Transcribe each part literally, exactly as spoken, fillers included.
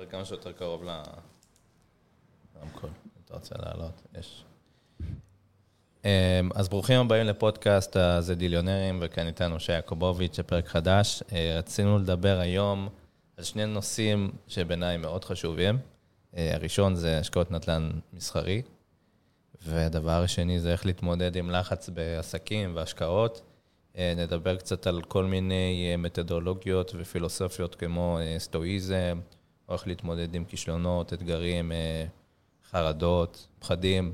כמה שיותר קרוב לרמקול. אתה רוצה לעלות? יש. אז ברוכים הבאים לפודקאסט זה דיליונרים, וכאן איתנו שי יעקובוביץ', פרק חדש. רצינו לדבר היום על שני נושאים שבעיניי מאוד חשובים. הראשון זה השקעות נדל"ן מסחרי, והדבר השני זה איך להתמודד עם לחץ בעסקים והשקעות. נדבר קצת על כל מיני מתודולוגיות ופילוסופיות כמו סטואיזם, או איך להתמודד עם כישלונות, אתגרים, חרדות, פחדים,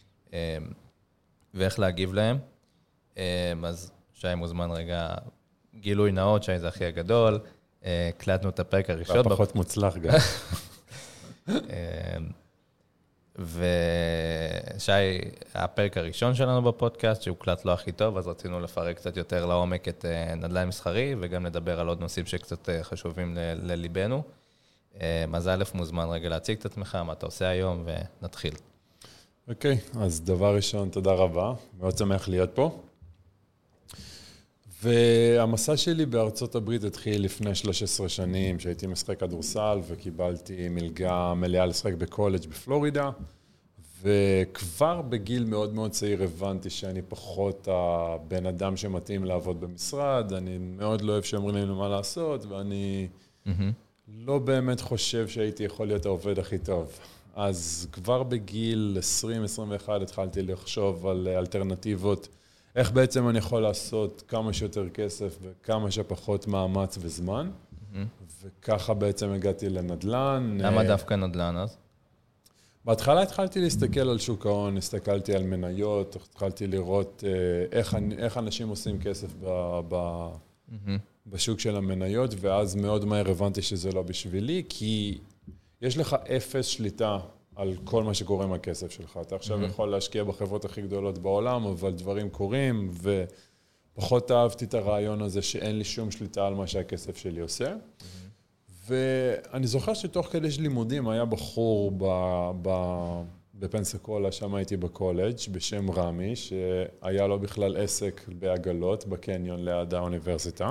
ואיך להגיב להם. אז שי מוזמן רגע, גילוי נאות, שי זה הכי הגדול, הקלטנו את הפרק הראשון. פחות מוצלח גם. ושי, הפרק הראשון שלנו בפודקאסט, שהוא קלט לא הכי טוב, אז רצינו לפרק קצת יותר לעומק את נדל"ן מסחרי, וגם לדבר על עוד נושאים שקצת חשובים לליבנו. אז א' מוזמן רגע להציג את עצמך, מה אתה עושה היום, ונתחיל. אוקיי, אז דבר ראשון, תודה רבה. מאוד שמח להיות פה. והמסע שלי בארצות הברית התחיל לפני שלוש עשרה שנים, שהייתי משחק כדורסל וקיבלתי מלגה מלאה לשחק בקולג' בפלורידה, וכבר בגיל מאוד מאוד צעיר הבנתי שאני פחות הבן אדם שמתאים לעבוד במשרד, אני מאוד לא אוהב שאומרים לי מה לעשות, ואני mm-hmm. לא באמת חושב שהייתי יכול להיות העובד הכי טוב. אז כבר בגיל עשרים עשרים ואחת התחלתי לחשוב על אלטרנטיבות, איך בעצם אני יכול לעשות כמה שיותר כסף וכמה שפחות מאמץ וזמן, mm-hmm. וככה בעצם הגעתי לנדל"ן. למה דווקא נדל"ן אז? בהתחלה התחלתי להסתכל על שוק ההון, הסתכלתי על מניות, התחלתי לראות איך, איך אנשים עושים כסף ב, ב, mm-hmm. בשוק של המניות, ואז מאוד מהר הבנתי שזה לא בשבילי, כי יש לך אפס שליטה על כל מה שקורה עם הכסף שלך. אתה עכשיו mm-hmm. יכול להשקיע בחברות הכי גדולות בעולם, אבל דברים קורים, ופחות אהבתי את הרעיון הזה שאין לי שום שליטה על מה שהכסף שלי עושה. Mm-hmm. ואני זוכר שתוך כדי לימודים היה בחור ב, ב, בפנסקולה, שם הייתי בקולג' בשם רמי, שהיה לו בכלל עסק בעגלות בקניון ליד האוניברסיטה.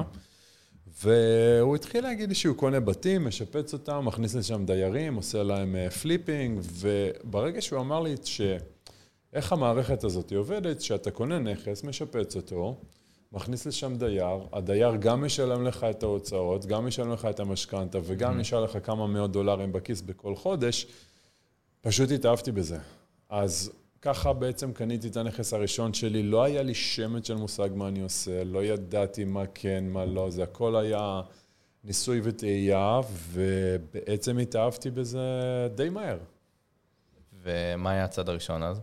והוא התחיל להגיד לי שהוא קונה בתים, משפץ אותם, מכניס לשם דיירים, עושה להם פליפינג, וברגע שהוא אמר לי שאיך המערכת הזאת עובדת, שאתה קונה נכס, משפץ אותו, מכניס לשם דייר, הדייר גם משלם לך את ההוצאות, גם משלם לך את המשכנתה, וגם נשאר לך כמה מאות דולרים בכיס בכל חודש, פשוט התאהבתי בזה. אז ככה בעצם קניתי את הנכס הראשון שלי, לא היה לי שמץ של מושג מה אני עושה, לא ידעתי מה כן, מה לא, זה הכל היה ניסוי וטעייה, ובעצם התאהבתי בזה די מהר. ומה היה הצד הראשון אז?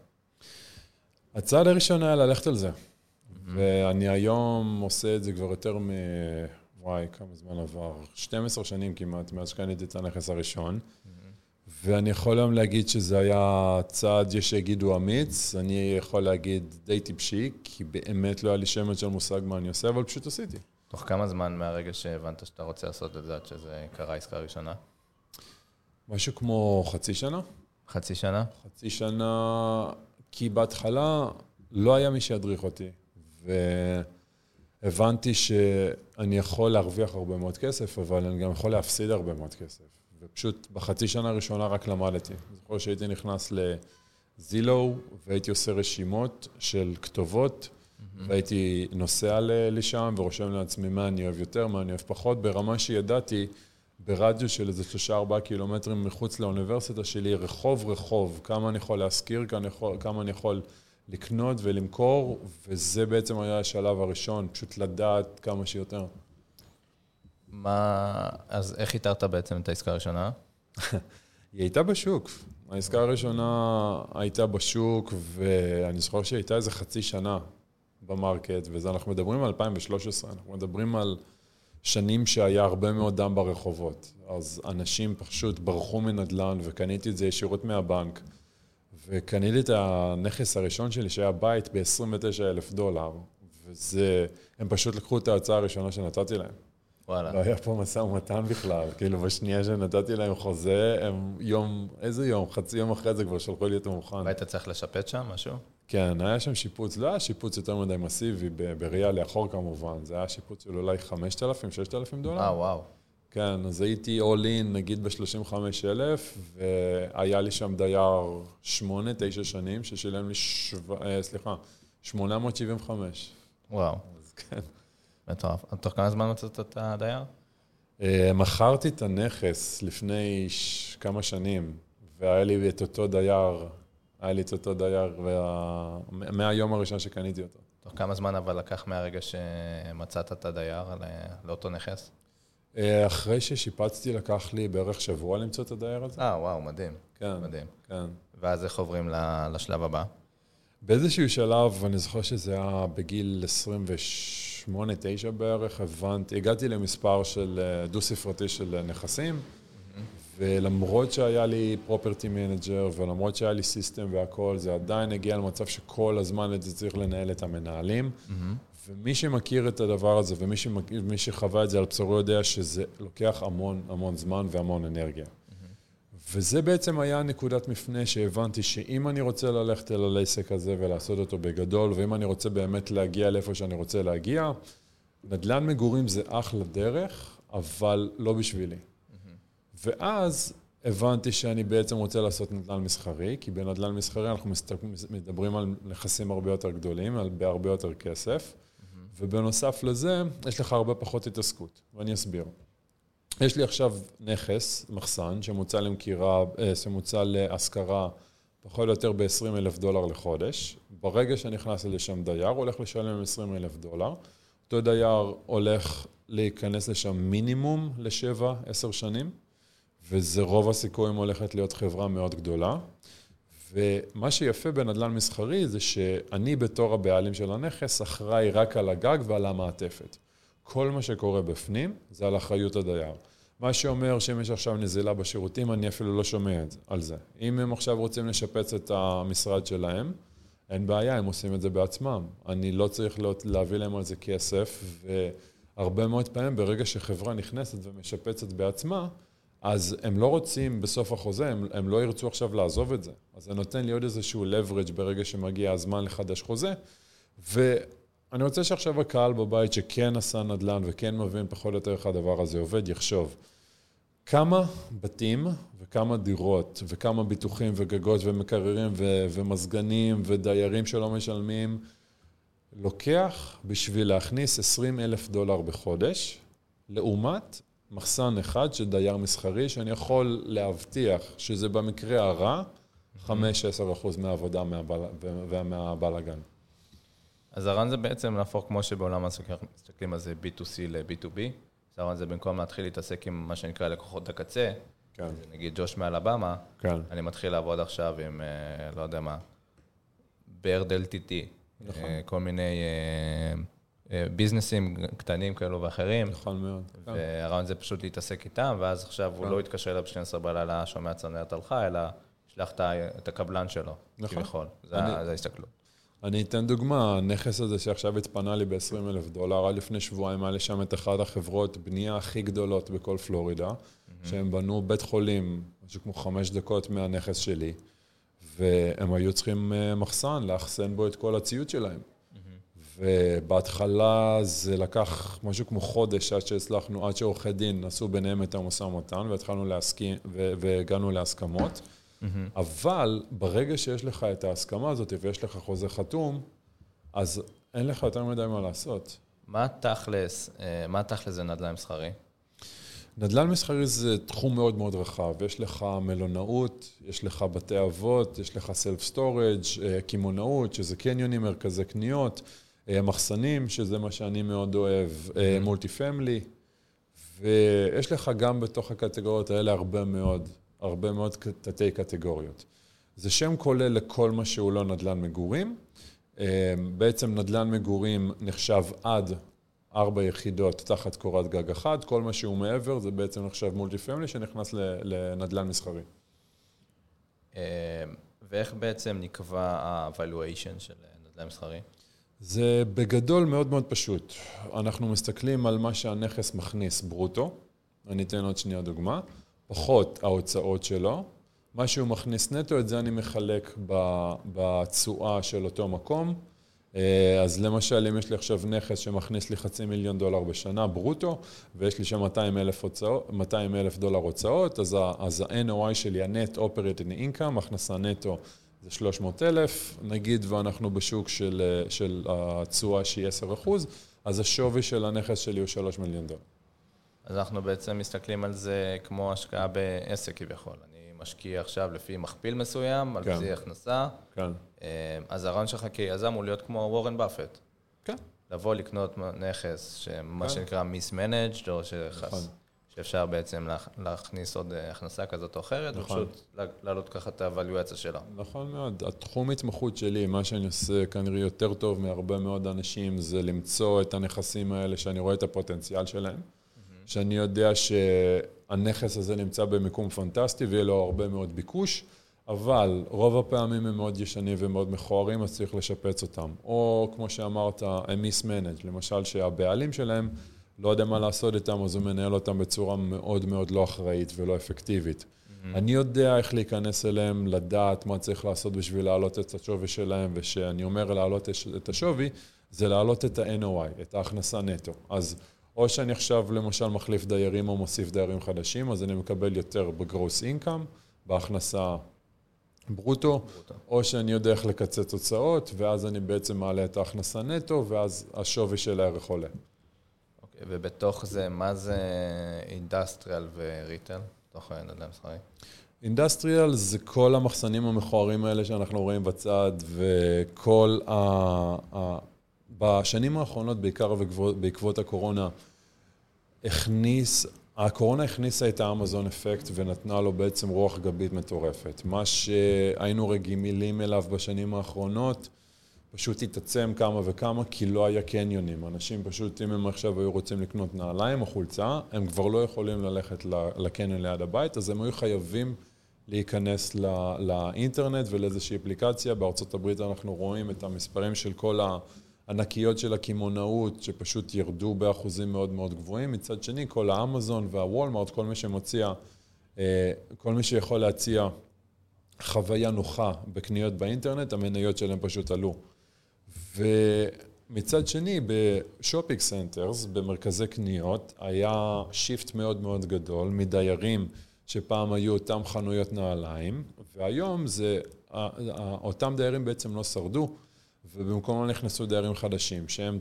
הצד הראשון היה ללכת על זה. Mm-hmm. ואני היום עושה את זה כבר יותר מ... וואי, כמה זמן עבר? שתים עשרה שנים כמעט, מאז שקניתי את הנכס הראשון. Mm-hmm. ואני יכול היום להגיד שזה היה צעד, יש שיגידו אמיץ, אני יכול להגיד די טיפשי, כי באמת לא היה לי שמץ של מושג מה אני עושה, אבל פשוט עשיתי. תוך כמה זמן מהרגע שהבנת שאתה רוצה לעשות את זה, עד שזה קרה עסקה ראשונה? משהו כמו חצי שנה. חצי שנה? חצי שנה, כי בהתחלה לא היה מי שידריך אותי, והבנתי שאני יכול להרוויח הרבה מאוד כסף, אבל אני גם יכול להפסיד הרבה מאוד כסף. ופשוט בחצי שנה הראשונה רק למדתי. אני זוכר שהייתי נכנס לזילו, והייתי עושה רשימות של כתובות, mm-hmm. והייתי נוסע לשם ורושם לעצמי מה אני אוהב יותר, מה אני אוהב פחות, ברמה שידעתי ברדיוס של איזה שלושה ארבעה קילומטרים מחוץ לאוניברסיטה שלי, רחוב רחוב, כמה אני יכול להזכיר, כמה אני יכול לקנות ולמכור, וזה בעצם היה השלב הראשון, פשוט לדעת כמה שיותר. מה, אז איך התארת בעצם את העסקה הראשונה? היא הייתה בשוק. העסקה הראשונה הייתה בשוק, ואני זוכר שהייתה איזה חצי שנה במרקט, וזה אנחנו מדברים על אלפיים ושלוש עשרה, אנחנו מדברים על שנים שהיה הרבה מאוד דם ברחובות. אז אנשים פשוט ברחו מנדל"ן, וקניתי את זה ישירות מהבנק, וקניתי את הנכס הראשון שלי, שהיה בית ב-עשרים ותשעה אלף דולר, וזה, הם פשוט לקחו את ההצעה הראשונה שנתתי להם. וואלה. לא היה פה מסע ומתן בכלל, כאילו בשנייה שנתתי להם חוזה, הם יום, איזה יום, חצי יום אחרי זה כבר שלחו לי את המוכן. והיית צריך לשפט שם משהו? כן, היה שם שיפוץ, לא היה שיפוץ יותר מדי מסיבי, בראייה לאחור כמובן, זה היה שיפוץ של אולי חמשת אלפים, ששת אלפים דולר. אה, וואו. כן, אז הייתי all in, נגיד ב-שלושים וחמישה אלף, והיה לי שם דייר שמונה, תשע שנים, ששילם לי, שו... סליחה, שמונה מאות שבעים וחמש. וואו. אז כן. מטורף. תוך כמה זמן מצאת את הדייר? מכרתי את הנכס לפני ש... כמה שנים, והיה לי את אותו דייר, היה לי את אותו דייר, וה... מהיום הראשון שקניתי אותו. תוך כמה זמן אבל לקח מהרגע שמצאת את הדייר לאותו נכס? אחרי ששיפצתי לקח לי בערך שבוע למצוא את הדייר הזה. אה, וואו, מדהים. כן, מדהים. כן. ואז איך עוברים לשלב הבא? באיזשהו שלב, אני זוכר שזה היה בגיל עשרים ושמונה תשע בערך, הבנתי, הגעתי למספר של דו-ספרתי של נכסים, ולמרות שהיה לי פרופרטי מנג'ר, ולמרות שהיה לי סיסטם והכל, זה עדיין הגיע למצב שכל הזמן זה צריך לנהל את המנהלים, ומי שמכיר את הדבר הזה, ומי שחווה את זה על בשרו יודע שזה לוקח המון המון זמן והמון אנרגיה. וזה בעצם היה נקודת מפנה שהבנתי שאם אני רוצה ללכת אל העסק הזה ולעשות אותו בגדול, ואם אני רוצה באמת להגיע לאיפה שאני רוצה להגיע, נדל"ן מגורים זה אחלה דרך, אבל לא בשבילי. ואז הבנתי שאני בעצם רוצה לעשות נדל"ן מסחרי, כי בנדל"ן מסחרי אנחנו מדברים על נכסים הרבה יותר גדולים, על בהרבה יותר כסף, ובנוסף לזה יש לך הרבה פחות התעסקות, ואני אסביר. יש לי עכשיו נכס, מחסן, שמוצא למכירה, שמוצא להשכרה פחות או יותר ב-עשרים אלף דולר לחודש. ברגע שנכנס לשם דייר, הוא הולך לשלם עשרים אלף דולר. אותו דייר הולך להיכנס לשם מינימום לשבע, עשר שנים, וזה רוב הסיכויים הולכת להיות חברה מאוד גדולה. ומה שיפה בנדל"ן מסחרי זה שאני בתור הבעלים של הנכס אחראי רק על הגג ועל המעטפת. כל מה שקורה בפנים זה על אחריות הדייר. מה שאומר שאם יש עכשיו נזילה בשירותים, אני אפילו לא שומע את זה, על זה. אם הם עכשיו רוצים לשפץ את המשרד שלהם, אין בעיה, הם עושים את זה בעצמם. אני לא צריך להביא להם על זה כסף, והרבה מאוד פעמים ברגע שחברה נכנסת ומשפצת בעצמה, אז הם לא רוצים בסוף החוזה, הם, הם לא ירצו עכשיו לעזוב את זה. אז זה נותן לי עוד איזשהו leverage ברגע שמגיע הזמן לחדש חוזה, ו... אני רוצה שעכשיו הקהל בבית שכן עשה נדל"ן וכן מבין פחות או יותר איך הדבר הזה עובד, יחשוב כמה בתים וכמה דירות וכמה ביטוחים וגגות ומקררים ו- ומסגנים ודיירים שלא משלמים, לוקח בשביל להכניס עשרים אלף דולר בחודש, לעומת מחסן אחד של דייר מסחרי, שאני יכול להבטיח שזה במקרה הרע, חמש עד עשר אחוז מהעבודה ומהבלגן. אז הרעיון זה בעצם להפוך כמו שבעולם מסתכלים על זה בי טו סי ל-בי טו בי. הרעיון זה במקום להתחיל להתעסק עם מה שנקרא לקוחות הקצה, כן. נגיד ג'וש מאלבמה, כן. אני מתחיל לעבוד עכשיו עם, לא יודע מה, ברד אל טי טי, נכון. כל מיני ביזנסים קטנים כאלו ואחרים. נכון מאוד. והרעיון זה פשוט להתעסק איתם, ואז עכשיו הוא לא יתקשר אליו ב-שתים עשרה בלילה, שומע צנרת הלכה, אלא שלח את הקבלן שלו, כביכול. זה ההסתכלות. אני אתן דוגמה, הנכס הזה שעכשיו התפנה לי ב-עשרים אלף דולר, עד לפני שבועיים היה לי שם את אחת החברות בנייה הכי גדולות בכל פלורידה, שהם בנו בית חולים, משהו כמו חמש דקות מהנכס שלי, והם היו צריכים מחסן, לאחסן בו את כל הציוד שלהם. ובהתחלה זה לקח משהו כמו חודש עד שהצלחנו, עד שעורכי דין עשו ביניהם את המשא ומתן, והתחלנו להסכים, והגענו להסכמות. אבל ברגע שיש לך את ההסכמה הזאת ויש לך חוזה חתום, אז אין לך יותר מדי מה לעשות. מה תכלס, מה תכלס זה נדל"ן מסחרי? נדל"ן מסחרי זה תחום מאוד מאוד רחב. יש לך מלונאות, יש לך בתי אבות, יש לך סלף סטורג', קימונאות, שזה קניונים, מרכזי קניות, מחסנים, שזה מה שאני מאוד אוהב, מולטי פמילי, ויש לך גם בתוך הקטגוריות האלה הרבה מאוד הרבה מאוד תתי קטגוריות. זה שם כולל לכל מה שהוא לא נדל"ן מגורים. בעצם נדל"ן מגורים נחשב עד ארבע יחידות תחת קורת גג אחד. כל מה שהוא מעבר זה בעצם נחשב מולטי פמילי שנכנס לנדל"ן מסחרי. ואיך בעצם נקבע ה-valuation של נדל"ן מסחרי? זה בגדול מאוד מאוד פשוט. אנחנו מסתכלים על מה שהנכס מכניס ברוטו. אני אתן עוד שנייה דוגמה. פחות ההוצאות שלו, מה שהוא מכניס נטו, את זה אני מחלק בתשואה של אותו מקום, אז למשל, אם יש לי עכשיו נכס שמכניס לי חצי מיליון דולר בשנה ברוטו, ויש לי שם מאתיים אלף דולר הוצאות, אז ה-אן או איי שלי, ה-Net Operating Income, הכנסה נטו, זה שלוש מאות אלף, נגיד, ואנחנו בשוק של, של התשואה שהיא עשרה אחוז, אז השווי של הנכס שלי הוא שלוש מיליון דולר. אז אנחנו בעצם מסתכלים על זה כמו השקעה בעסק כביכול. אני משקיע עכשיו לפי מכפיל מסוים, על בסיס הכנסה. כן. אז הרעיון שלך כיזם הוא להיות כמו וורן באפט. כן. לבוא לקנות נכס, שמה שנקרא מיס-מנג'ד, או שאפשר בעצם להכניס עוד הכנסה כזאת או אחרת, ופשוט לעלות ככה את הוואליואציה שלה. נכון מאוד. התחום התמחות שלי, מה שאני עושה כנראה יותר טוב מהרבה מאוד אנשים, זה למצוא את הנכסים האלה שאני רואה את הפוטנציאל שלהם. שאני יודע שהנכס הזה נמצא במיקום פנטסטי ויהיה לו הרבה מאוד ביקוש, אבל רוב הפעמים הם מאוד ישנים ומאוד מכוערים, אז צריך לשפץ אותם. או כמו שאמרת, הם מיס-מנג', למשל שהבעלים שלהם לא יודע מה לעשות איתם, אז הוא מנהל אותם בצורה מאוד מאוד לא אחראית ולא אפקטיבית. Mm-hmm. אני יודע איך להיכנס אליהם, לדעת מה צריך לעשות בשביל להעלות את השווי שלהם, ושאני אומר להעלות את השווי, זה להעלות את ה-אן או איי, את ההכנסה נטו. אז או שאני עכשיו למשל מחליף דיירים או מוסיף דיירים חדשים, אז אני מקבל יותר בגרוס אינקאם, בהכנסה ברוטו, ברוטו. או שאני יודע איך לקצץ הוצאות, ואז אני בעצם מעלה את ההכנסה נטו, ואז השווי של הערך עולה. אוקיי, ובתוך זה, מה זה אינדסטריאל וריטל? בתוך נדל"ן מסחרי? אינדסטריאל זה כל המחסנים המכוערים האלה שאנחנו רואים בצד, וכל ה... ה... בשנים האחרונות, בעיקר בעקבות הקורונה, הכניס, הקורונה הכניסה את האמזון אפקט ונתנה לו בעצם רוח גבית מטורפת. מה שהיינו רגילים אליו בשנים האחרונות, פשוט התעצם כמה וכמה, כי לא היה קניונים. אנשים פשוט, אם הם עכשיו היו רוצים לקנות נעליים או חולצה, הם כבר לא יכולים ללכת לקניון ליד הבית, אז הם היו חייבים להיכנס לא, לאינטרנט ולאיזושהי אפליקציה. בארצות הברית אנחנו רואים את המספרים של כל ה... ענקיות של הכימונאות שפשוט ירדו באחוזים מאוד מאוד גבוהים. מצד שני, כל האמזון והוולמארט, כל מי שמציע, כל מי שיכול להציע חוויה נוחה בקניות באינטרנט, המניות שלהם פשוט עלו. ומצד שני, בשופינג סנטרס, במרכזי קניות, היה שיפט מאוד מאוד גדול מדיירים שפעם היו אותם חנויות נעליים, והיום זה, אותם דיירים בעצם לא שרדו, ובמקום נכנסו דיירים חדשים, שהם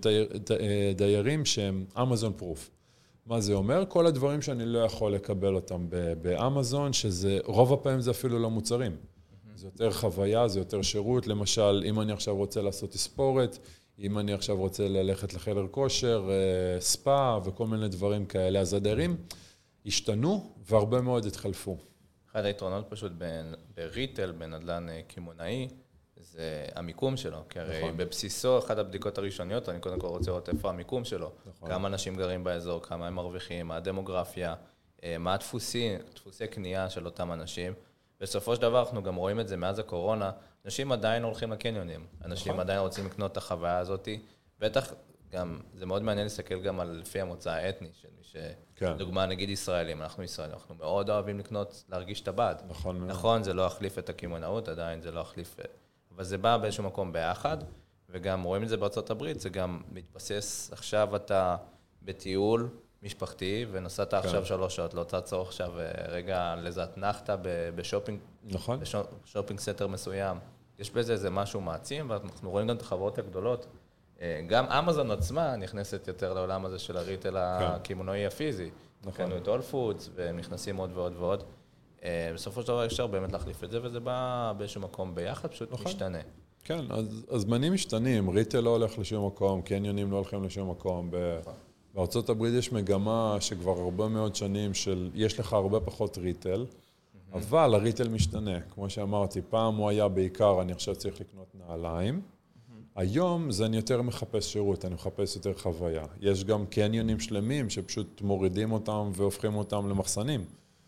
דיירים שהם אמזון פרוף. מה זה אומר? כל הדברים שאני לא יכול לקבל אותם באמזון, שזה רוב הפעמים זה אפילו לא מוצרים. זה יותר חוויה, זה יותר שירות. למשל, אם אני עכשיו רוצה לעשות תספורת, אם אני עכשיו רוצה ללכת לחדר כושר, ספא וכל מיני דברים כאלה, אז הדיירים השתנו והרבה מאוד התחלפו. אחד היתרונות פשוט בריטל, בנדל"ן קימונאי, זה המיקום שלו, כי הרי נכון. בבסיסו, אחת הבדיקות הראשוניות, אני קודם כל רוצה לראות איפה המיקום שלו, נכון. כמה אנשים גרים באזור, כמה הם מרוויחים, מה הדמוגרפיה, מה הדפוסי, דפוסי קנייה של אותם אנשים. בסופו של דבר אנחנו גם רואים את זה מאז הקורונה, אנשים עדיין הולכים לקניונים, אנשים נכון. עדיין רוצים לקנות את החוויה הזאת, בטח גם, זה מאוד מעניין להסתכל גם על לפי המוצא האתני של מי ש... כן. דוגמה, נגיד ישראלים, אנחנו ישראלים, אנחנו מאוד אוהבים לקנות, להרגיש את הבד. נכון. נכון, זה לא החליף את הקימונאות, עדיין זה לא החליף... אבל זה בא באיזשהו מקום ביחד, וגם רואים את זה בארצות הברית, זה גם מתבסס, עכשיו אתה בטיול משפחתי, ונסעת כן. עכשיו שלוש שעות, לא אתה צורך עכשיו רגע לזה אתנחתה בשופינג, נכון. בשופינג סנטר מסוים. יש בזה איזה משהו מעצים, ואנחנו רואים גם את החברות הגדולות. גם אמזון עצמה נכנסת יותר לעולם הזה של הריטל כן. הקימונאי הפיזי. נכון. קנו את אול פודס, והם נכנסים עוד ועוד ועוד. בסופו של דבר אפשר באמת להחליף את זה, וזה בא באיזשהו מקום ביחד, פשוט נכון. משתנה. כן, אז, אז זמנים משתנים, ריטל לא הולך לשום מקום, קניונים לא הולכים לשום מקום. נכון. בארצות הברית יש מגמה שכבר הרבה מאוד שנים של, יש לך הרבה פחות ריטל, mm-hmm. אבל הריטל משתנה. כמו שאמרתי, פעם הוא היה בעיקר, אני עכשיו צריך לקנות נעליים. Mm-hmm. היום זה אני יותר מחפש שירות, אני מחפש יותר חוויה. יש גם קניונים שלמים שפשוט מורידים אותם והופכים אותם למחסנים.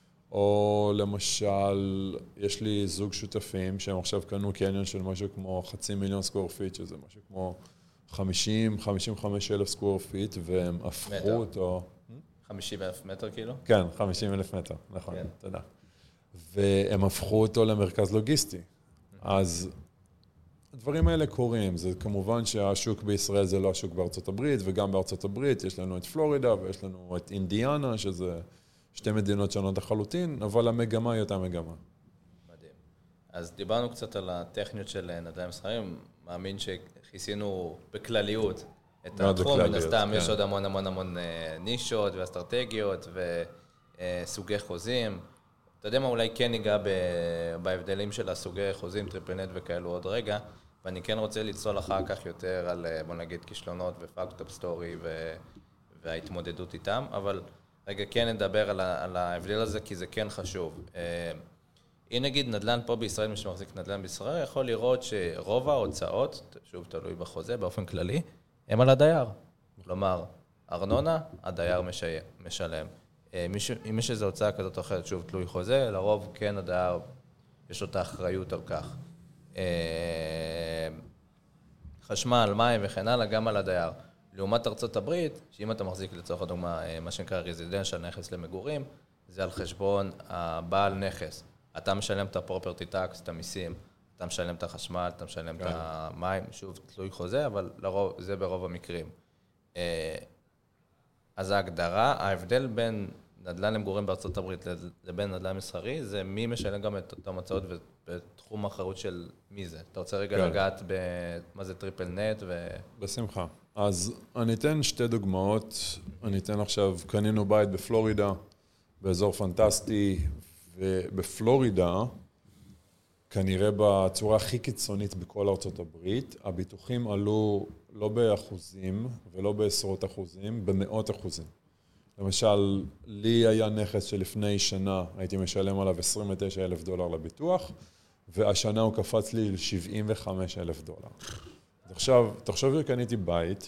או למשל, יש לי זוג שותפים שהם עכשיו קנו קניון של משהו כמו חצי מיליון סקוור פיט, שזה משהו כמו חמישים, חמישים וחמישה אלף סקוור פיט, והם הפכו אותו... חמישים אלף מטר כאילו? כן, חמישים אלף מטר, נכון, כן. תודה. והם הפכו אותו למרכז לוגיסטי. אז הדברים האלה קורים. זה כמובן שהשוק בישראל זה לא השוק בארצות הברית, וגם בארצות הברית יש לנו את פלורידה ויש לנו את אינדיאנה, שזה שתי מדינות שונות לחלוטין, אבל המגמה היא אותה מגמה. מדהים. אז דיברנו קצת על הטכניות של נדל"ן מסחרי, מאמין שכיסינו בכלליות את התחום, מן הסתם יש עוד המון המון המון נישות ואסטרטגיות וסוגי חוזים. אתה יודע מה, אולי כן ניגע בהבדלים של הסוגי חוזים, טריפלנט וכאלו עוד רגע, ואני כן רוצה לצלול אחר כך יותר על, בוא נגיד, כישלונות ופאקט-אפ סטורי וההתמודדות איתם, אבל רגע כן נדבר על, על ההבדל הזה, כי זה כן חשוב. אם נגיד נדל"ן פה בישראל, מי שמחזיק נדל"ן בישראל, יכול לראות שרוב ההוצאות, שוב תלוי בחוזה באופן כללי, הם על הדייר. כלומר, ארנונה, הדייר משלם. אם יש איזו הוצאה כזאת או אחרת, שוב תלוי חוזה, לרוב כן הדייר יש לו את האחריות על כך. חשמל, מים וכן הלאה, גם על הדייר. לעומת ארצות הברית, שאם אתה מחזיק לצורך הדוגמה, מה שנקרא רזידנשל, נכס למגורים, זה על חשבון הבעל נכס. אתה משלם את הפרופרטי טקס, את המיסים, אתה משלם את החשמל, אתה משלם את המים, שוב תלוי חוזה, אבל לרוב, זה ברוב המקרים. אז ההגדרה, ההבדל בין נדל"ן למגורים בארצות הברית לבין נדל"ן מסחרי, זה מי משלם גם את אותם הצעות בתחום האחריות של מי זה. אתה רוצה רגע לגעת במה זה טריפל נט ו... בשמחה. אז אני אתן שתי דוגמאות. אני אתן עכשיו, קנינו בית בפלורידה, באזור פנטסטי, ובפלורידה, כנראה בצורה הכי קיצונית בכל ארצות הברית, הביטוחים עלו לא באחוזים ולא בעשרות אחוזים, במאות אחוזים. למשל, לי היה נכס שלפני שנה הייתי משלם עליו עשרים ותשעה אלף דולר לביטוח, והשנה הוא קפץ לי ל-שבעים וחמישה אלף דולר. עכשיו, תחשוב שקניתי בית,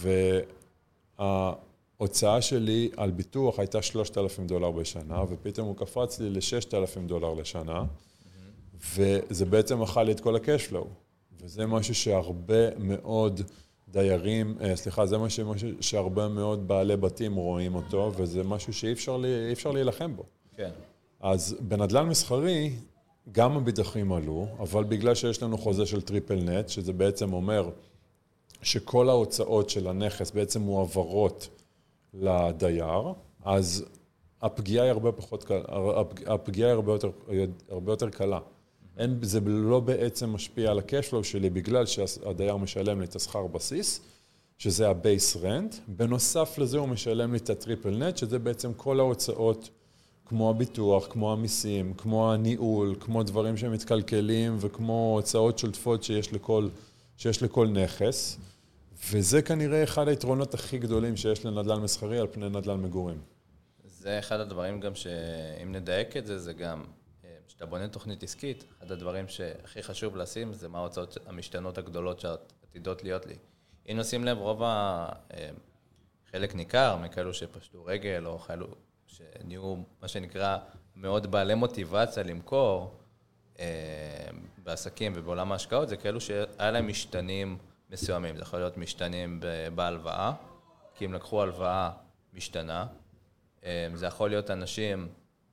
וההוצאה שלי על ביטוח הייתה שלושת אלפים דולר בשנה, ופתאום הוא קפץ לי ל-שישת אלפים דולר לשנה, וזה בעצם אכל לי את כל ה-cash flow. וזה משהו שהרבה מאוד דיירים, סליחה, זה משהו שהרבה מאוד בעלי בתים רואים אותו, וזה משהו שאי אפשר לי, אפשר להילחם בו. כן. אז בנדל"ן מסחרי, גם הביטוחים עלו, אבל בגלל שיש לנו חוזה של טריפל נט, שזה בעצם אומר שכל ההוצאות של הנכס בעצם מועברות לדייר, אז הפגיעה היא הרבה פחות קלה, הפגיעה היא הרבה יותר, הרבה יותר קלה. אין, זה לא בעצם משפיע על הקשלו שלי, בגלל שהדייר משלם לי את השכר בסיס, שזה הבייס רנט. בנוסף לזה הוא משלם לי את הטריפל נט, שזה בעצם כל ההוצאות, כמו הביטוח, כמו המיסים, כמו הניהול, כמו דברים שמתקלקלים, וכמו הוצאות שולטפות שיש לכל, שיש לכל נכס. וזה כנראה אחד היתרונות הכי גדולים שיש לנדל"ן מסחרי על פני נדל"ן מגורים. זה אחד הדברים גם שאם נדייק את זה, זה גם, כשאתה בונה תוכנית עסקית, אחד הדברים שהכי חשוב לשים, זה מה ההוצאות המשתנות הגדולות שעתידות להיות לי. אם נשים לב, רוב החלק ניכר, מכאלו שפשטו רגל, או כאלו שנהיו, מה שנקרא, מאוד בעלי מוטיבציה למכור בעסקים ובעולם ההשקעות, זה כאלו שהיה להם משתנים מסוימים. זה יכול להיות משתנים בהלוואה, כי אם לקחו הלוואה משתנה, זה יכול להיות אנשים...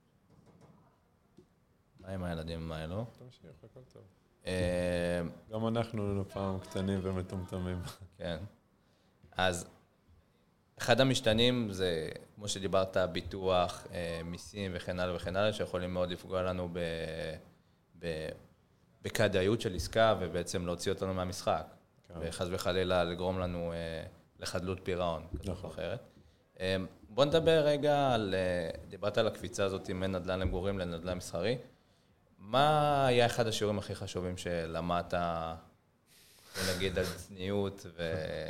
מה עם הילדים האלו? תמשיך, הכל טוב. גם אנחנו לנו פעם קטנים ומטומטמים. כן. אז אחד המשתנים זה, כמו שדיברת, ביטוח, מיסים וכן הלאה וכן הלאה, שיכולים מאוד לפגוע לנו בכדאיות של עסקה, ובעצם להוציא אותנו מהמשחק. וחס וחלילה לגרום לנו לחדלות פירעון, כזאת או אחרת. בוא נדבר רגע על, דיברת על הקפיצה הזאת בין נדל"ן למגורים לנדל"ן מסחרי. מה היה אחד השיעורים הכי חשובים שלמדת, נגיד על צניעות ו...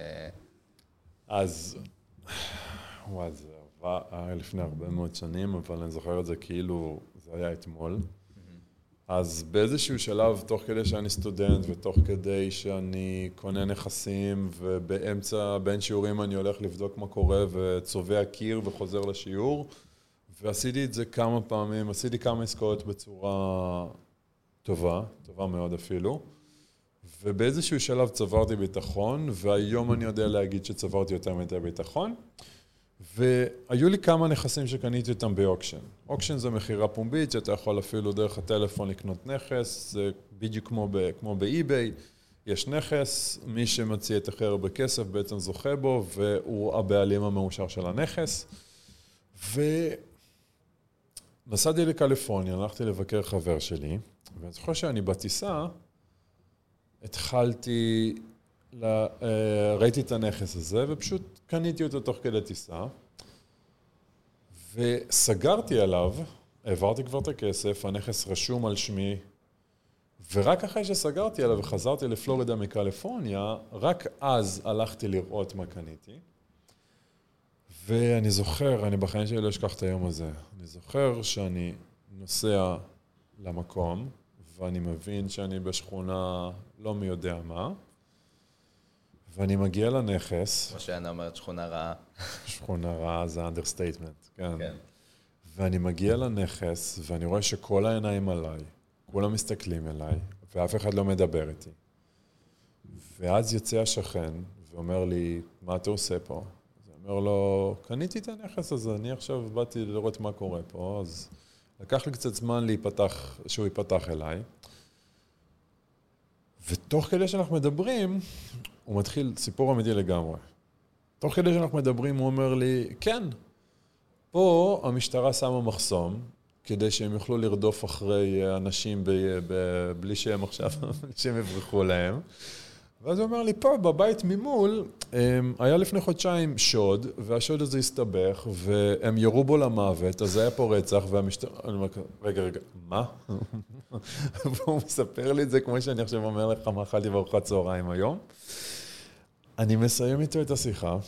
אז, וואי, זה היה לפני הרבה מאוד שנים, אבל אני זוכר את זה כאילו זה היה אתמול. אז באיזשהו שלב, תוך כדי שאני סטודנט ותוך כדי שאני קונה נכסים, ובאמצע, בין שיעורים אני הולך לבדוק מה קורה וצובע קיר וחוזר לשיעור, ועשיתי את זה כמה פעמים, עשיתי כמה עסקאות בצורה טובה, טובה מאוד אפילו, ובאיזשהו שלב צברתי ביטחון, והיום אני יודע להגיד שצברתי יותר מדי ביטחון, והיו לי כמה נכסים שקניתי אותם באוקשן. אוקשן זה מחירה פומבית, שאתה יכול אפילו דרך הטלפון לקנות נכס, זה בדיוק כמו, ב, כמו באי-ביי. יש נכס, מי שמציע את הכי הרבה כסף בעצם זוכה בו, והוא הבעלים המאושר של הנכס. ונסעתי לקליפורניה, הלכתי לבקר חבר שלי, ואני זוכר שאני בטיסה, התחלתי, לה, ראיתי את הנכס הזה, ופשוט קניתי אותו תוך כדי טיסה, וסגרתי עליו, העברתי כבר את הכסף, הנכס רשום על שמי, ורק אחרי שסגרתי עליו וחזרתי לפלורידה מקליפורניה, רק אז הלכתי לראות מה קניתי. ואני זוכר, אני בחיים שלי לא אשכח את היום הזה, אני זוכר שאני נוסע למקום, ואני מבין שאני בשכונה לא מי יודע מה, ואני מגיע לנכס. כמו שאני אומרת, שכונה רעה. שכונה רעה זה understatement, כן. כן. ואני מגיע לנכס, ואני רואה שכל העיניים עליי, כולם מסתכלים אליי, ואף אחד לא מדבר איתי. ואז יוצא השכן, ואומר לי, מה אתה עושה פה? אז אני אומר לו, קניתי את הנכס הזה, אני עכשיו באתי לראות מה קורה פה, אז לקח לי קצת זמן להיפתח, שהוא ייפתח אליי. ותוך כדי שאנחנו מדברים, הוא מתחיל סיפור אמיתי לגמרי. תוך כדי שאנחנו מדברים, הוא אומר לי, כן, פה המשטרה שמה מחסום, כדי שהם יוכלו לרדוף אחרי אנשים ב- ב- בלי שהם עכשיו, שהם יברחו להם. ואז הוא אומר לי, פה בבית ממול, היה לפני חודשיים שוד, והשוד הזה הסתבך, והם ירו בו למוות, אז היה פה רצח, והמשטרה... אני אומר, רגע, רגע, מה? והוא מספר לי את זה כמו שאני עכשיו אומר לך, מה אכלתי בארוחת צהריים היום. אני מסיים איתו את השיחה.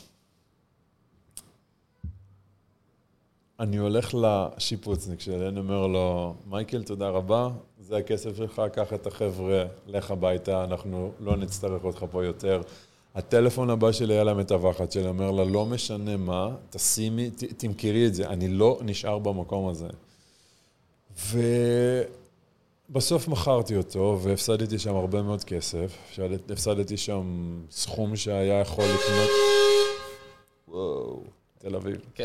אני הולך לשיפוצניק שלי, אני אומר לו, מייקל, תודה רבה, זה הכסף שלך, קח את החבר'ה, לך הביתה, אנחנו לא נצטרך אותך פה יותר. הטלפון הבא שלי היה לה מתווכת שלי, אומר לה, לא משנה מה, תשימי, ת, תמכרי את זה, אני לא נשאר במקום הזה. ובסוף מכרתי אותו, והפסדתי שם הרבה מאוד כסף, הפסדתי שם סכום שהיה יכול לקנות... וואו, תל אביב. כן.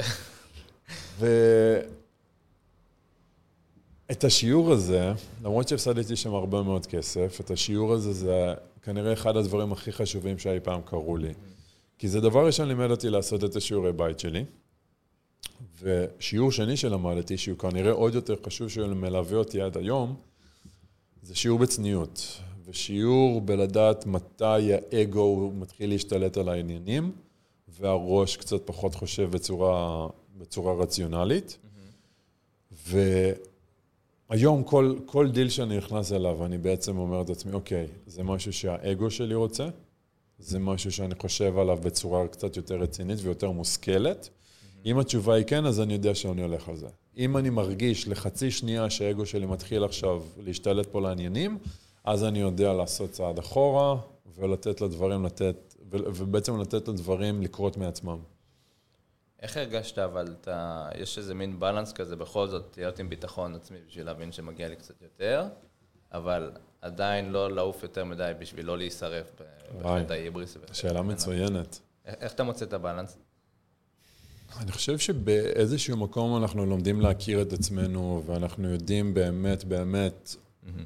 ואת השיעור הזה, למרות שהפסדתי שם הרבה מאוד כסף, את השיעור הזה זה כנראה אחד הדברים הכי חשובים שהי פעם קראו לי. כי זה דבר ראשון לימד אותי לעשות את השיעורי בית שלי, ושיעור שני שלמדתי, שהוא כנראה עוד יותר חשוב שהוא מלווה אותי עד היום, זה שיעור בצניעות, ושיעור בלדעת מתי האגו מתחיל להשתלט על העניינים, והראש קצת פחות חושב בצורה... בצורה רציונלית, mm-hmm. והיום כל, כל דיל שאני נכנס אליו, אני בעצם אומר את עצמי, אוקיי, זה משהו שהאגו שלי רוצה, זה משהו שאני חושב עליו בצורה קצת יותר רצינית ויותר מושכלת. Mm-hmm. אם התשובה היא כן, אז אני יודע שאני הולך על זה. אם אני מרגיש לחצי שנייה שהאגו שלי מתחיל עכשיו להשתלט פה לעניינים, אז אני יודע לעשות צעד אחורה, ולתת לדברים לתת, ובעצם לתת לדברים לקרות מעצמם. איך הרגשת, אבל אתה, יש איזה מין בלנס כזה, בכל זאת, להיות עם ביטחון עצמי בשביל להבין שמגיע לי קצת יותר, אבל עדיין לא לעוף יותר מדי בשביל לא להישרף בחטא ההיבריס. שאלה מצוינת. איך אתה מוצא את הבלנס? אני חושב שבאיזשהו מקום אנחנו לומדים להכיר את עצמנו, ואנחנו יודעים באמת, באמת,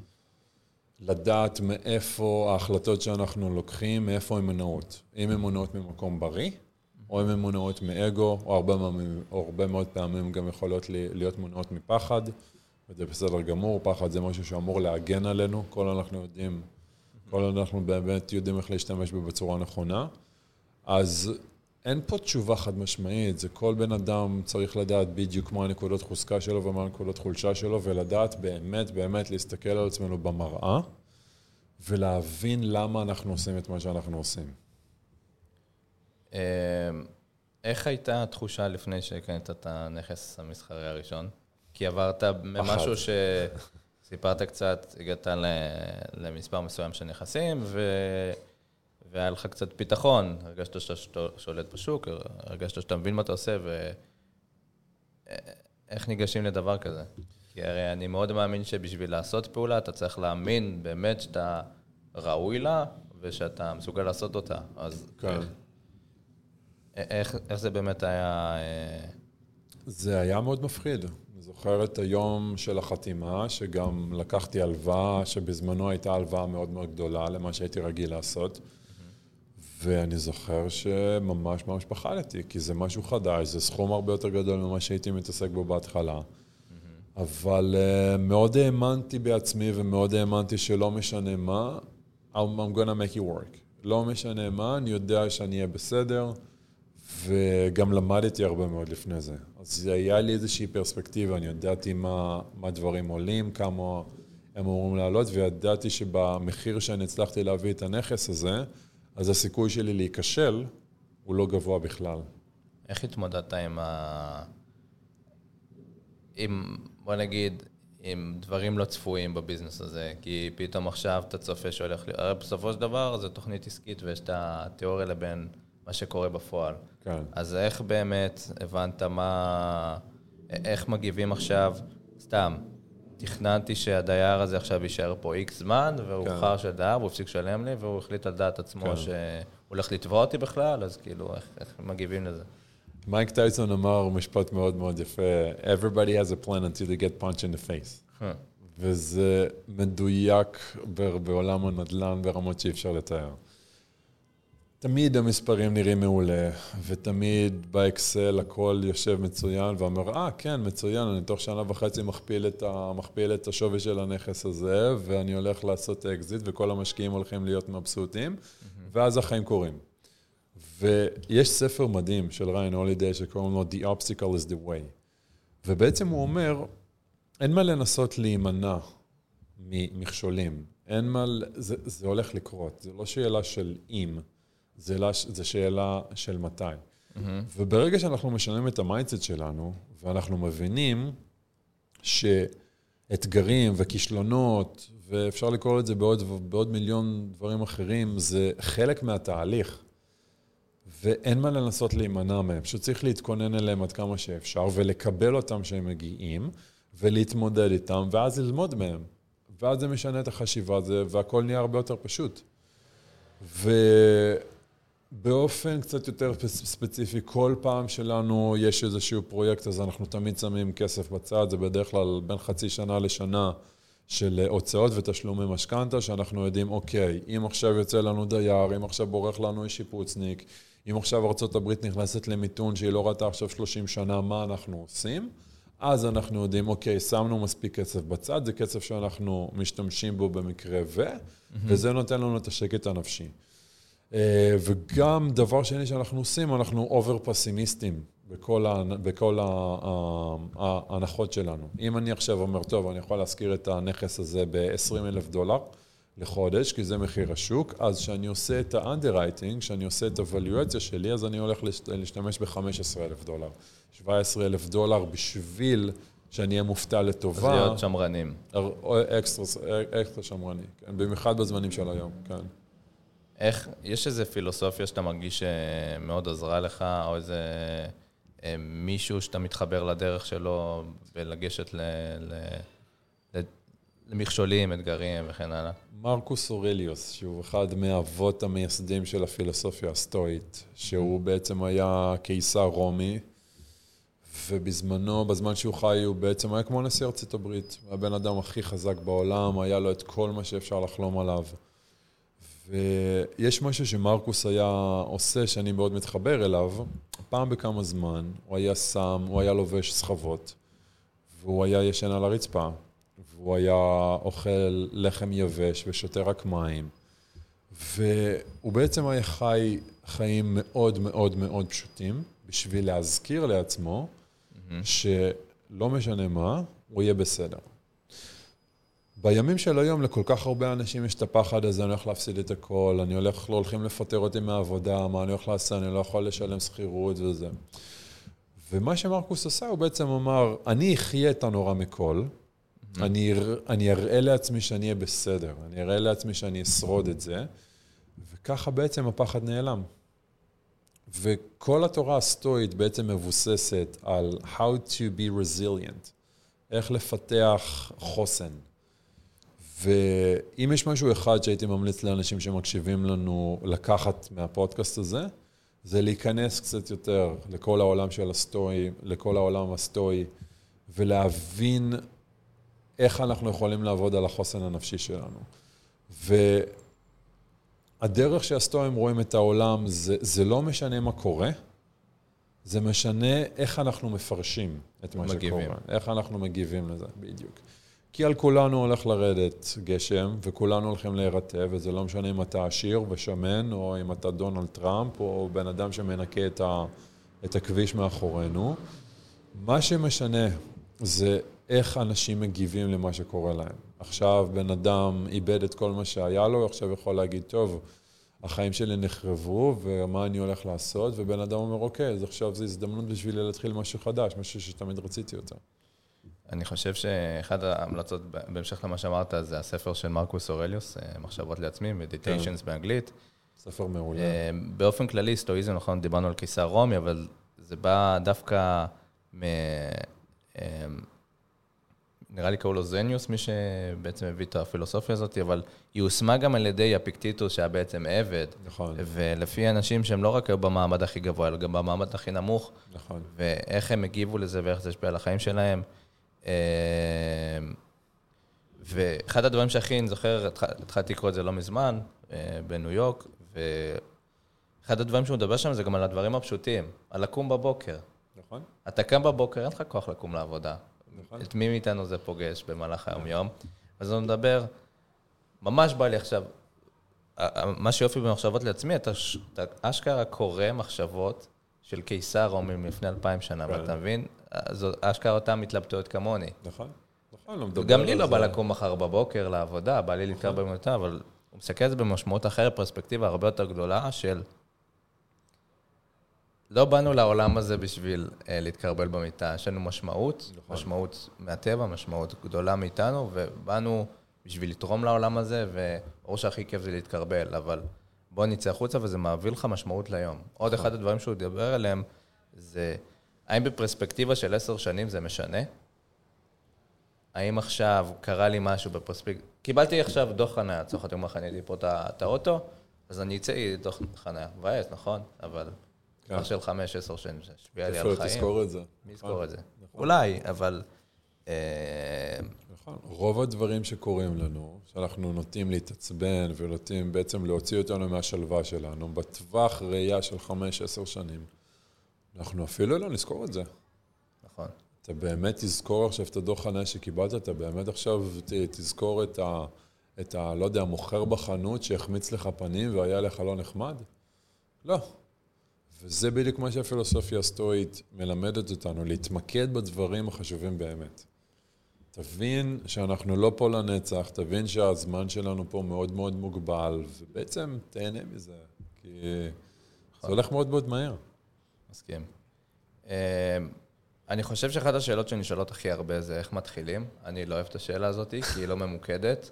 לדעת מאיפה ההחלטות שאנחנו לוקחים, מאיפה הן מונעות. אם הן מונעות ממקום בריא, או הן מונעות מאגו, או הרבה, או הרבה מאוד פעמים גם יכולות להיות מונעות מפחד, וזה בסדר גמור, פחד זה משהו שאמור להגן עלינו, כל אנחנו יודעים, כל אנחנו באמת יודעים איך להשתמש בו בצורה נכונה, אז אין פה תשובה חד משמעית, זה כל בן אדם צריך לדעת בדיוק מה הנקודות חוזקה שלו ומה הנקודות חולשה שלו, ולדעת באמת, באמת להסתכל על עצמנו במראה, ולהבין למה אנחנו עושים את מה שאנחנו עושים. איך הייתה התחושה לפני שקנית את הנכס המסחרי הראשון? כי עברת ממשהו שסיפרת קצת, הגעת למספר מסוים של נכסים, והיה לך קצת פיתחון, הרגשת שאתה שולט בשוק, הרגשת שאתה מבין מה אתה עושה, ואיך ניגשים לדבר כזה? כי הרי אני מאוד מאמין שבשביל לעשות פעולה, אתה צריך להאמין באמת שאתה ראוי לה, ושאתה מסוגל לעשות אותה. אז כן. איך, איך זה באמת היה... זה היה מאוד מפחיד. אני זוכר את היום של החתימה, שגם לקחתי הלוואה, שבזמנו הייתה הלוואה מאוד מאוד גדולה למה שהייתי רגיל לעשות. ואני זוכר שממש ממש פחדתי, כי זה משהו חדש, זה סכום הרבה יותר גדול ממה שהייתי מתעסק בו בהתחלה. אבל uh, מאוד האמנתי בעצמי ומאוד האמנתי שלא משנה מה, I'm, I'm gonna make it work. לא משנה מה, אני יודע שאני אהיה בסדר, וגם למדתי הרבה מאוד לפני זה. אז היה לי איזושהי פרספקטיבה, אני ידעתי מה, מה דברים עולים, כמה הם אמורים לעלות, וידעתי שבמחיר שאני הצלחתי להביא את הנכס הזה, אז הסיכוי שלי להיכשל הוא לא גבוה בכלל. איך התמודדת עם ה... עם, בוא נגיד, עם דברים לא צפויים בביזנס הזה, כי פתאום עכשיו אתה צופה שהולך... הרי בסופו של דבר זה תוכנית עסקית ויש את התיאוריה לבין מה שקורה בפועל. כן. אז איך באמת הבנת מה... איך מגיבים עכשיו? סתם, תכננתי שהדייר הזה עכשיו יישאר פה איקס זמן, והוא כן. בחר של דייר, והוא הפסיק לשלם לי, והוא החליט על דעת עצמו כן. שהוא הולך לתבוע אותי בכלל, אז כאילו, איך, איך מגיבים לזה? מייק טייסון אמר משפט מאוד מאוד יפה, Everybody has a plan until they get punched in the face. וזה מדויק בעולם הנדל"ן ברמות שאי אפשר לתאר. תמיד המספרים נראים מעולה, ותמיד באקסל הכל יושב מצוין, ואומר, אה, כן, מצוין, אני תוך שנה וחצי מכפיל את, ה, מכפיל את השווי של הנכס הזה, ואני הולך לעשות אקזיט, וכל המשקיעים הולכים להיות מבסוטים, mm-hmm. ואז החיים קורים. ויש ספר מדהים של ריין הולידיי שקוראים לו The Obstacle is the Way. ובעצם הוא אומר, אין מה לנסות להימנע ממכשולים. אין מה, זה, זה הולך לקרות. זה לא שאלה של אם, זה, זה שאלה של מתי. Mm-hmm. וברגע שאנחנו משנים את המיינדסט שלנו, ואנחנו מבינים שאתגרים וכישלונות, ואפשר לקרוא את זה בעוד, בעוד מיליון דברים אחרים, זה חלק מהתהליך. ואין מה לנסות להימנע מהם, שצריך להתכונן אליהם עד כמה שאפשר, ולקבל אותם שהם מגיעים, ולהתמודד איתם, ואז ללמוד מהם. ואז זה משנה את החשיבה הזה, והכל נהיה הרבה יותר פשוט. ובאופן קצת יותר ספציפי, כל פעם שלנו יש איזשהו פרויקט, אז אנחנו תמיד שמים כסף בצד, זה בדרך כלל בין חצי שנה לשנה של הוצאות ותשלומי משכנתא, שאנחנו יודעים, אוקיי, אם עכשיו יוצא לנו דייר, אם עכשיו בורח לנו איש שיפוצניק, אם עכשיו ארצות הברית נכנסת למיתון שהיא לא ראתה עכשיו שלושים שנה, מה אנחנו עושים? אז אנחנו יודעים, אוקיי, שמנו מספיק כסף בצד, זה כסף שאנחנו משתמשים בו במקרה ו, mm-hmm. וזה נותן לנו את השקט הנפשי. וגם דבר שני שאנחנו עושים, אנחנו אובר פסימיסטים בכל, ה, בכל ה, ה, ההנחות שלנו. אם אני עכשיו אומר, טוב, אני יכול להזכיר את הנכס הזה ב-עשרים אלף דולר לחודש, כי זה מחיר השוק, אז שאני עושה את ה-underwriting, שאני עושה את הוואלואציה שלי, אז אני הולך להשתמש ב-חמישה עשר אלף דולר. שבעה עשר אלף דולר בשביל שאני אהיה מופתע לטובה. אז להיות שמרנים. אקסטרה, אקסטרה שמרני, כן, במיוחד בזמנים של היום, כן. איך, יש איזו פילוסופיה שאתה מרגיש שמאוד עזרה לך, או איזה מישהו שאתה מתחבר לדרך שלו, ולגשת ל... ל... למכשולים, אתגרים וכן הלאה. מרקוס אורליוס, שהוא אחד מהאבות המייסדים של הפילוסופיה הסטואית, שהוא בעצם היה קיסר רומי, ובזמנו, בזמן שהוא חי, הוא בעצם היה כמו נשיא ארצות הברית. הבן אדם הכי חזק בעולם, היה לו את כל מה שאפשר לחלום עליו. ויש משהו שמרקוס היה עושה, שאני מאוד מתחבר אליו, פעם בכמה זמן, הוא היה שם, הוא היה לובש סחבות, והוא היה ישן על הרצפה. והוא היה אוכל לחם יבש ושותה רק מים. והוא בעצם היה חי חיים מאוד מאוד מאוד פשוטים, בשביל להזכיר לעצמו mm-hmm. שלא משנה מה, הוא יהיה בסדר. בימים של היום לכל כך הרבה אנשים יש את הפחד הזה, אני הולך להפסיד את הכל, אני הולך, לא הולכים לפטר אותי מהעבודה, מה אני הולך לעשות, אני לא יכול לשלם שכירות וזה. ומה שמרקוס עשה, הוא בעצם אמר, אני אחיה את הנורא מכל, אני, אני אראה לעצמי שאני אהיה בסדר, אני אראה לעצמי שאני אשרוד את זה, וככה בעצם הפחד נעלם. וכל התורה הסטואית בעצם מבוססת על how to be resilient, איך לפתח חוסן. ואם יש משהו אחד שהייתי ממליץ לאנשים שמקשיבים לנו לקחת מהפודקאסט הזה, זה להיכנס קצת יותר לכל העולם של הסטואי, לכל העולם הסטואי, ולהבין איך אנחנו יכולים לעבוד על החוסן הנפשי שלנו. והדרך שהסטואים רואים את העולם, זה, זה לא משנה מה קורה, זה משנה איך אנחנו מפרשים את מה מגיבים. שקורה, איך אנחנו מגיבים לזה, בדיוק. כי על כולנו הולך לרדת גשם, וכולנו הולכים להירטב, וזה לא משנה אם אתה עשיר ושמן, או אם אתה דונלד טראמפ, או בן אדם שמנקה את, ה, את הכביש מאחורינו. מה שמשנה זה איך אנשים מגיבים למה שקורה להם. עכשיו בן אדם איבד את כל מה שהיה לו, עכשיו יכול להגיד, טוב, החיים שלי נחרבו, ומה אני הולך לעשות? ובן אדם אומר, אוקיי, אז עכשיו זו הזדמנות בשבילי להתחיל משהו חדש, משהו שתמיד רציתי אותו. אני חושב שאחד ההמלצות, בהמשך למה שאמרת, זה הספר של מרקוס אורליוס, מחשבות לעצמי, Meditations באנגלית. ספר מעולה. באופן כללי, סטואיזם, נכון, דיברנו על קיסר רומי, אבל זה בא דווקא מ... נראה לי קראו לו זניוס, מי שבעצם הביא את הפילוסופיה הזאת, אבל היא הושמה גם על ידי אפיקטיטוס, שהיה בעצם עבד. נכון. ולפי אנשים שהם לא רק היו במעמד הכי גבוה, אלא גם במעמד הכי נמוך. נכון. ואיך הם הגיבו לזה ואיך זה השפיע על החיים שלהם. ואחד הדברים שהכי, אני זוכר, התחלתי לקרוא את זה לא מזמן, בניו יורק, ואחד הדברים שהוא מדבר שם זה גם על הדברים הפשוטים, על לקום בבוקר. נכון. אתה קם בבוקר, אין לך כוח לקום לעבודה. נכון. את מי מאיתנו זה פוגש במהלך היום-יום. אז אני מדבר, ממש בא לי עכשיו, מה שיופי במחשבות לעצמי, אתה אשכרה קורא מחשבות של קיסר רומי מלפני אלפיים שנה, ואתה מבין? זו אשכרה אותם מתלבטויות כמוני. נכון. נכון, לא מדבר. גם לי לא בא לקום מחר בבוקר לעבודה, בא לי להתקרב במותה, אבל הוא מסתכל את זה במשמעות אחרת, פרספקטיבה הרבה יותר גדולה של לא באנו לעולם הזה בשביל אה, להתקרבל במיטה, יש לנו משמעות, נכון. משמעות מהטבע, משמעות גדולה מאיתנו, ובאנו בשביל לתרום לעולם הזה, ואור שהכי כיף זה להתקרבל, אבל בוא נצא החוצה וזה מעביר לך משמעות ליום. נכון. עוד אחד הדברים שהוא ידבר עליהם, זה האם בפרספקטיבה של עשר שנים זה משנה? האם עכשיו קרה לי משהו בפרספקטיבה? קיבלתי עכשיו דוח חניה, צורך את יום החניתי פה את האוטו, אז אני אצא לי דוח חניה, מבאס, נכון? אבל כבר של חמש, עשר שנים, זה שביע לי על חיים. תזכור את זה. מי יזכור את זה? אולי, אבל... נכון. רוב הדברים שקורים לנו, שאנחנו נוטים להתעצבן ונוטים בעצם להוציא אותנו מהשלווה שלנו, בטווח ראייה של חמש, עשר שנים, אנחנו אפילו לא נזכור את זה. נכון. אתה באמת תזכור עכשיו את הדוח חניה שקיבלת, אתה באמת עכשיו תזכור את ה... את ה... לא יודע, מוכר בחנות שהחמיץ לך פנים והיה לך לא נחמד? לא. וזה בדיוק מה שהפילוסופיה הסטואית מלמדת אותנו, להתמקד בדברים החשובים באמת. תבין שאנחנו לא פה לנצח, תבין שהזמן שלנו פה מאוד מאוד מוגבל, ובעצם תהנה מזה, כי זה הולך מאוד מאוד מהר. מסכים. אני חושב שאחת השאלות שנשאלות הכי הרבה זה איך מתחילים. אני לא אוהב את השאלה הזאת, כי היא לא ממוקדת.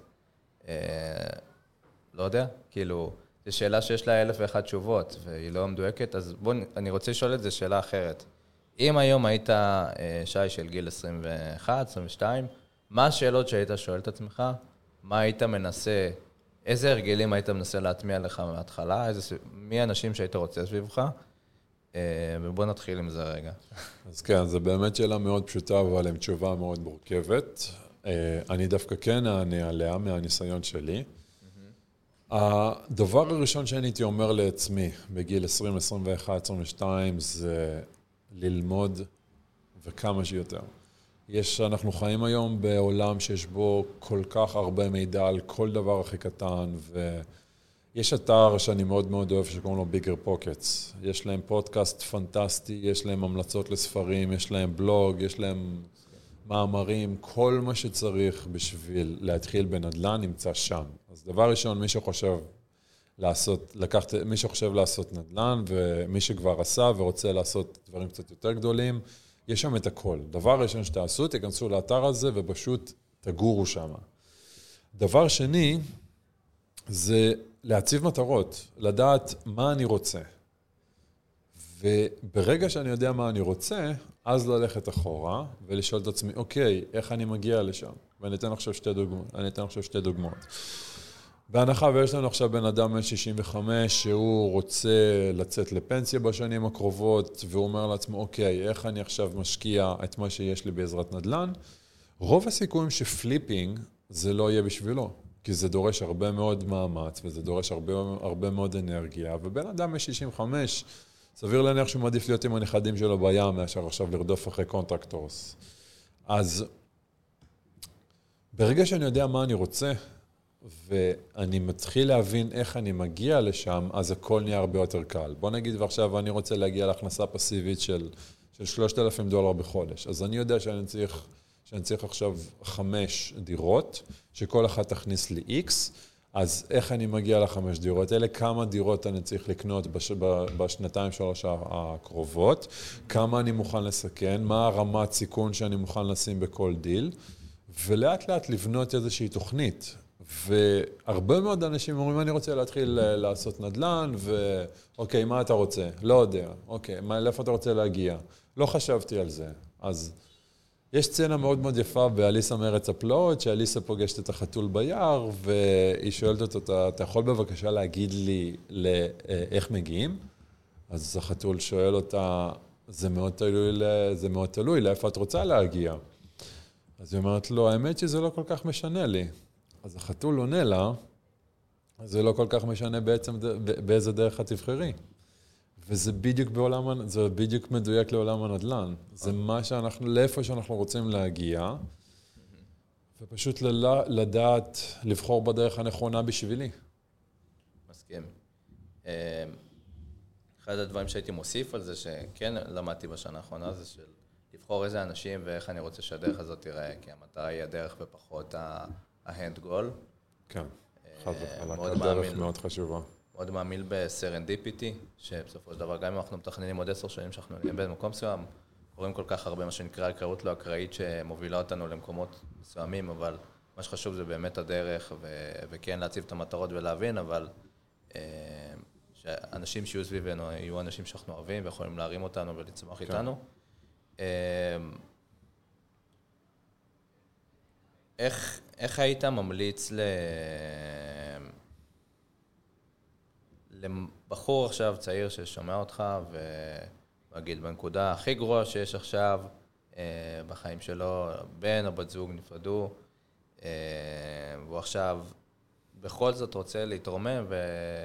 לא יודע, כאילו... זו שאלה שיש לה אלף ואחת תשובות, והיא לא מדויקת, אז בוא, אני רוצה לשאול את זה שאלה אחרת. אם היום היית שי של גיל עשרים ואחת, עשרים ושתיים, מה השאלות שהיית שואל את עצמך? מה היית מנסה, איזה הרגלים היית מנסה להטמיע לך מההתחלה? איזה, מי האנשים שהיית רוצה סביבך? ובוא נתחיל עם זה רגע. אז כן, זו באמת שאלה מאוד פשוטה, אבל עם תשובה מאוד מורכבת. אני דווקא כן אענה עליה מהניסיון שלי. הדבר הראשון שאני הייתי אומר לעצמי בגיל עשרים, עשרים ואחת, עשרים ושתיים זה ללמוד וכמה שיותר. יש, אנחנו חיים היום בעולם שיש בו כל כך הרבה מידע על כל דבר הכי קטן, ויש אתר שאני מאוד מאוד אוהב שקוראים לו Bigger Pockets. יש להם פודקאסט פנטסטי, יש להם המלצות לספרים, יש להם בלוג, יש להם מאמרים, כל מה שצריך בשביל להתחיל בנדל"ן נמצא שם. אז דבר ראשון, מי שחושב לעשות, לקחת, מי שחושב לעשות נדל"ן, ומי שכבר עשה ורוצה לעשות דברים קצת יותר גדולים, יש שם את הכל. דבר ראשון שתעשו, תיכנסו לאתר הזה ופשוט תגורו שם. דבר שני, זה להציב מטרות, לדעת מה אני רוצה. וברגע שאני יודע מה אני רוצה, אז ללכת אחורה ולשאול את עצמי, אוקיי, איך אני מגיע לשם? ואני אתן עכשיו שתי דוגמאות. אני אתן עכשיו שתי דוגמאות. בהנחה ויש לנו עכשיו בן אדם בן שישים וחמש שהוא רוצה לצאת לפנסיה בשנים הקרובות, והוא אומר לעצמו, אוקיי, איך אני עכשיו משקיע את מה שיש לי בעזרת נדל"ן? רוב הסיכויים שפליפינג זה לא יהיה בשבילו, כי זה דורש הרבה מאוד מאמץ, וזה דורש הרבה, הרבה מאוד אנרגיה, ובן אדם בן שישים וחמש, סביר להניח שהוא מעדיף להיות עם הנכדים שלו בים, מאשר עכשיו לרדוף אחרי קונטרקטורס. אז ברגע שאני יודע מה אני רוצה, ואני מתחיל להבין איך אני מגיע לשם, אז הכל נהיה הרבה יותר קל. בוא נגיד, ועכשיו אני רוצה להגיע להכנסה פסיבית של, של שלושת אלפים דולר בחודש. אז אני יודע שאני צריך, שאני צריך עכשיו חמש דירות, שכל אחת תכניס לי X, אז איך אני מגיע לחמש דירות? אלה כמה דירות אני צריך לקנות בש, בשנתיים שלוש הקרובות, כמה אני מוכן לסכן, מה הרמת סיכון שאני מוכן לשים בכל דיל, ולאט לאט לבנות איזושהי תוכנית. והרבה מאוד אנשים אומרים, אני רוצה להתחיל לעשות נדל"ן, ואוקיי, מה אתה רוצה? לא יודע. אוקיי, מה, לאיפה אתה רוצה להגיע? לא חשבתי על זה. אז יש סצנה מאוד מאוד יפה באליסה מארץ הפלאות, שאליסה פוגשת את החתול ביער, והיא שואלת אותו, אתה, אתה יכול בבקשה להגיד לי לאיך מגיעים? אז החתול שואל אותה, זה מאוד תלוי, זה מאוד תלוי, לאיפה את רוצה להגיע? אז היא אומרת לו, האמת שזה לא כל כך משנה לי. אז החתול עונה לה, זה לא כל כך משנה בעצם באיזה דרך את תבחרי. וזה בדיוק בעולם, זה בדיוק מדויק לעולם הנדל"ן. זה מה שאנחנו, לאיפה שאנחנו רוצים להגיע, ופשוט לדעת לבחור בדרך הנכונה בשבילי. מסכים. אחד הדברים שהייתי מוסיף על זה, שכן למדתי בשנה האחרונה, זה של לבחור איזה אנשים ואיך אני רוצה שהדרך הזאת תראה, כי המטרה היא הדרך ופחות ההנד גול. כן, חד וחלק, הדרך מאוד חשובה. מאוד מאמין בסרנדיפיטי, שבסופו של דבר גם אם אנחנו מתכננים עוד עשר שנים שאנחנו נהיה במקום מסוים, קוראים כל כך הרבה מה שנקרא הכרות לא אקראית שמובילה אותנו למקומות מסוימים, אבל מה שחשוב זה באמת הדרך, ו- וכן להציב את המטרות ולהבין, אבל אה, שאנשים שיהיו סביבנו יהיו אנשים שאנחנו אוהבים ויכולים להרים אותנו ולצמוח כן. איתנו. אה, איך, איך היית ממליץ ל... לבחור עכשיו צעיר ששומע אותך ומגיד בנקודה הכי גרועה שיש עכשיו אה, בחיים שלו, בן או בת זוג נפרדו, אה, והוא עכשיו בכל זאת רוצה להתרומם ו...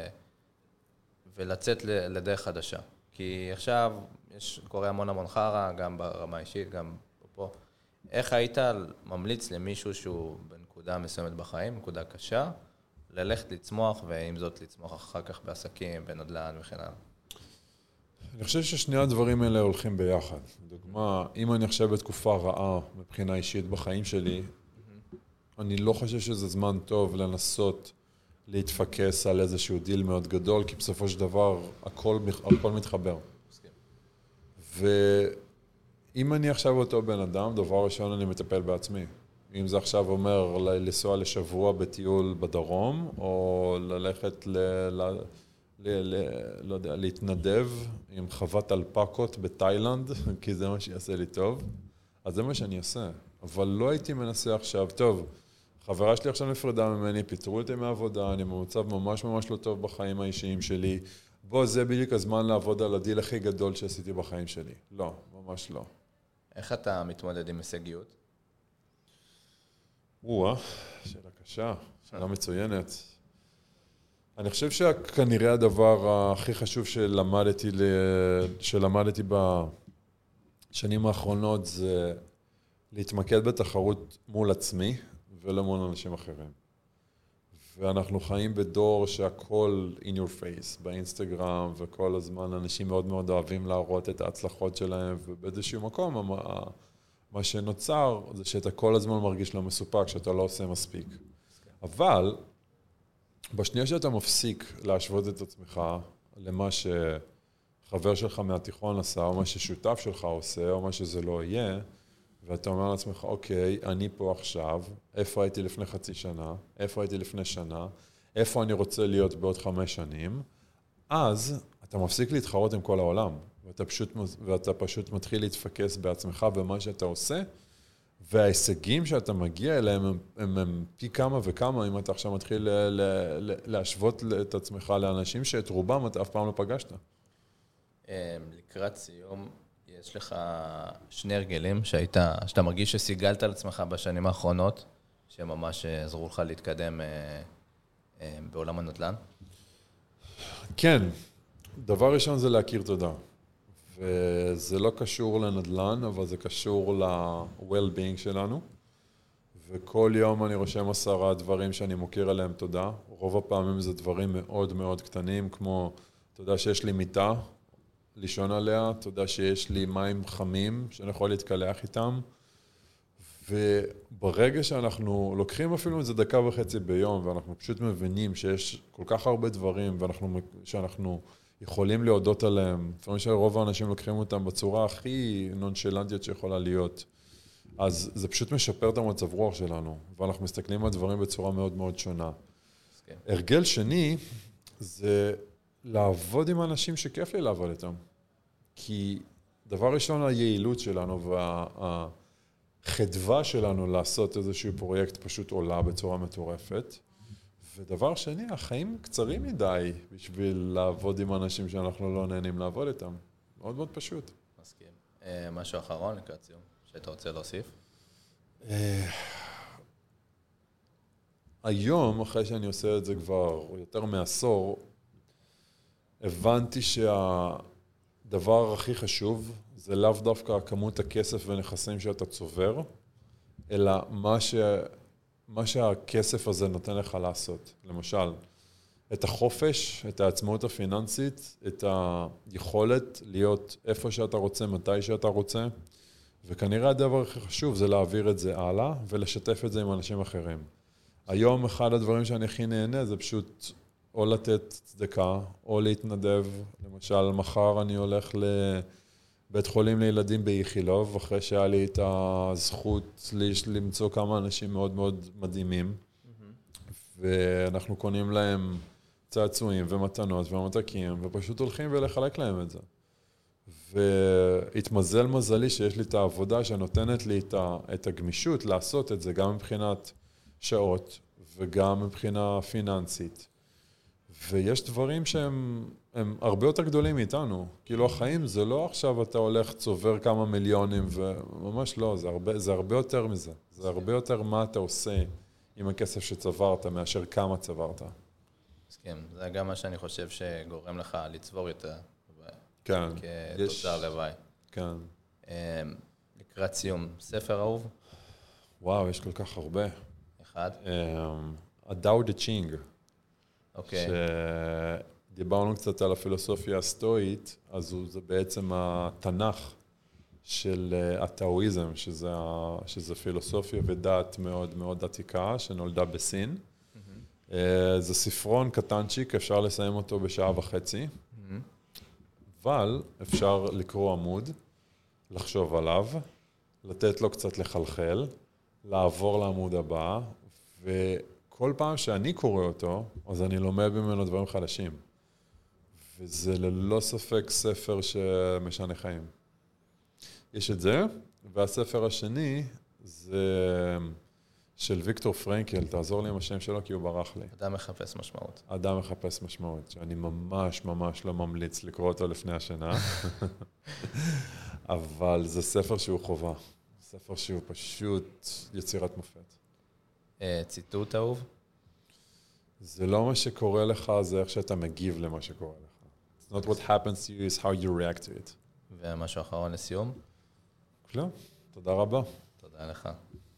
ולצאת לדרך חדשה. כי עכשיו יש, קורה המון המון חרה, גם ברמה האישית, גם פה. איך היית ממליץ למישהו שהוא בנקודה מסוימת בחיים, נקודה קשה, ללכת לצמוח, ועם זאת לצמוח אחר כך בעסקים, בנדל"ן וכן הלאה? אני חושב ששני הדברים האלה הולכים ביחד. לדוגמה, אם אני עכשיו בתקופה רעה מבחינה אישית בחיים שלי, אני לא חושב שזה זמן טוב לנסות להתפקס על איזשהו דיל מאוד גדול, כי בסופו של דבר הכל, הכל מתחבר. ואם אני עכשיו אותו בן אדם, דבר ראשון אני מטפל בעצמי. אם זה עכשיו אומר לנסוע לשבוע בטיול בדרום, או ללכת ל... ל... ל... ל... לא יודע, להתנדב עם חוות אלפקות בתאילנד, כי זה מה שיעשה לי טוב, אז זה מה שאני אעשה. אבל לא הייתי מנסה עכשיו, טוב, חברה שלי עכשיו נפרדה ממני, פיטרו אותי מהעבודה, אני במצב ממש ממש לא טוב בחיים האישיים שלי, בוא, זה בדיוק הזמן לעבוד על הדיל הכי גדול שעשיתי בחיים שלי. לא, ממש לא. איך אתה מתמודד עם הישגיות? וואה, שאלה קשה, שאלה מצוינת. אני חושב שכנראה הדבר הכי חשוב שלמדתי, שלמדתי בשנים האחרונות זה להתמקד בתחרות מול עצמי ולא מול אנשים אחרים. ואנחנו חיים בדור שהכל in your face, באינסטגרם, וכל הזמן אנשים מאוד מאוד אוהבים להראות את ההצלחות שלהם, ובאיזשהו מקום מה שנוצר זה שאתה כל הזמן מרגיש לא מסופק, שאתה לא עושה מספיק. אבל בשנייה שאתה מפסיק להשוות את עצמך למה שחבר שלך מהתיכון עשה, או מה ששותף שלך עושה, או מה שזה לא יהיה, ואתה אומר לעצמך, אוקיי, אני פה עכשיו, איפה הייתי לפני חצי שנה, איפה הייתי לפני שנה, איפה אני רוצה להיות בעוד חמש שנים, אז אתה מפסיק להתחרות עם כל העולם, ואתה פשוט, ואתה פשוט מתחיל להתפקס בעצמך במה שאתה עושה, וההישגים שאתה מגיע אליהם הם, הם, הם פי כמה וכמה, אם אתה עכשיו מתחיל ל, ל, ל, להשוות את עצמך לאנשים שאת רובם אתה אף פעם לא פגשת. לקראת סיום, יש לך שני הרגלים שהיית, שאתה מרגיש שסיגלת על עצמך בשנים האחרונות, שממש עזרו לך להתקדם בעולם הנדל"ן? כן. דבר ראשון זה להכיר תודה. וזה לא קשור לנדל"ן, אבל זה קשור ל-well-being שלנו. וכל יום אני רושם עשרה דברים שאני מוכיר עליהם תודה. רוב הפעמים זה דברים מאוד מאוד קטנים, כמו תודה שיש לי מיטה לישון עליה, תודה שיש לי מים חמים שאני יכול להתקלח איתם. וברגע שאנחנו לוקחים אפילו איזה דקה וחצי ביום, ואנחנו פשוט מבינים שיש כל כך הרבה דברים, ואנחנו, שאנחנו יכולים להודות עליהם, לפעמים שרוב האנשים לוקחים אותם בצורה הכי נונשלנטית שיכולה להיות, אז זה פשוט משפר את המצב רוח שלנו, ואנחנו מסתכלים על דברים בצורה מאוד מאוד שונה. Okay. הרגל שני, זה לעבוד עם אנשים שכיף לי לעבוד איתם. כי דבר ראשון, היעילות שלנו וה... חדווה שלנו לעשות איזשהו פרויקט פשוט עולה בצורה מטורפת. ודבר שני, החיים קצרים מדי בשביל לעבוד עם אנשים שאנחנו לא נהנים לעבוד איתם. מאוד מאוד פשוט. מסכים. משהו אחרון לקראת סיום, שאתה רוצה להוסיף? היום, אחרי שאני עושה את זה כבר יותר מעשור, הבנתי שהדבר הכי חשוב זה לאו דווקא כמות הכסף ונכסים שאתה צובר, אלא מה, ש... מה שהכסף הזה נותן לך לעשות. למשל, את החופש, את העצמאות הפיננסית, את היכולת להיות איפה שאתה רוצה, מתי שאתה רוצה, וכנראה הדבר הכי חשוב זה להעביר את זה הלאה ולשתף את זה עם אנשים אחרים. היום אחד הדברים שאני הכי נהנה זה פשוט או לתת צדקה או להתנדב. למשל, מחר אני הולך ל... בית חולים לילדים באיכילוב, אחרי שהיה לי את הזכות למצוא כמה אנשים מאוד מאוד מדהימים, mm-hmm. ואנחנו קונים להם צעצועים ומתנות ומתקים, ופשוט הולכים ולחלק להם את זה. והתמזל מזלי שיש לי את העבודה שנותנת לי את הגמישות לעשות את זה, גם מבחינת שעות וגם מבחינה פיננסית. ויש דברים שהם הם הרבה יותר גדולים מאיתנו. כאילו החיים זה לא עכשיו אתה הולך צובר כמה מיליונים, וממש לא, זה הרבה, זה הרבה יותר מזה. זה הרבה יותר מה אתה עושה עם הכסף שצברת, מאשר כמה צברת. מסכים. זה גם מה שאני חושב שגורם לך לצבור יותר. כן. כתוצר לוואי. כן. לקראת סיום, ספר אהוב? וואו, יש כל כך הרבה. אחד? הדאו דה צ'ינג. אוקיי. שדיברנו קצת על הפילוסופיה הסטואית, אז זה בעצם התנ"ך של הטאואיזם, שזה, שזה פילוסופיה ודעת מאוד מאוד עתיקה, שנולדה בסין. Mm-hmm. זה ספרון קטנצ'יק, אפשר לסיים אותו בשעה וחצי, mm-hmm. אבל אפשר לקרוא עמוד, לחשוב עליו, לתת לו קצת לחלחל, לעבור לעמוד הבא, ו... כל פעם שאני קורא אותו, אז אני לומד ממנו דברים חדשים. וזה ללא ספק ספר שמשנה חיים. יש את זה, והספר השני זה של ויקטור פרנקל, תעזור לי עם השם שלו כי הוא ברח לי. אדם מחפש משמעות. אדם מחפש משמעות, שאני ממש ממש לא ממליץ לקרוא אותו לפני השנה. אבל זה ספר שהוא חובה. ספר שהוא פשוט יצירת מופת. ציטוט אהוב? זה לא מה שקורה לך, זה איך שאתה מגיב למה שקורה לך. It's not what happens to you, it's how you react to it. ומשהו אחרון לסיום? לא, תודה רבה. תודה לך.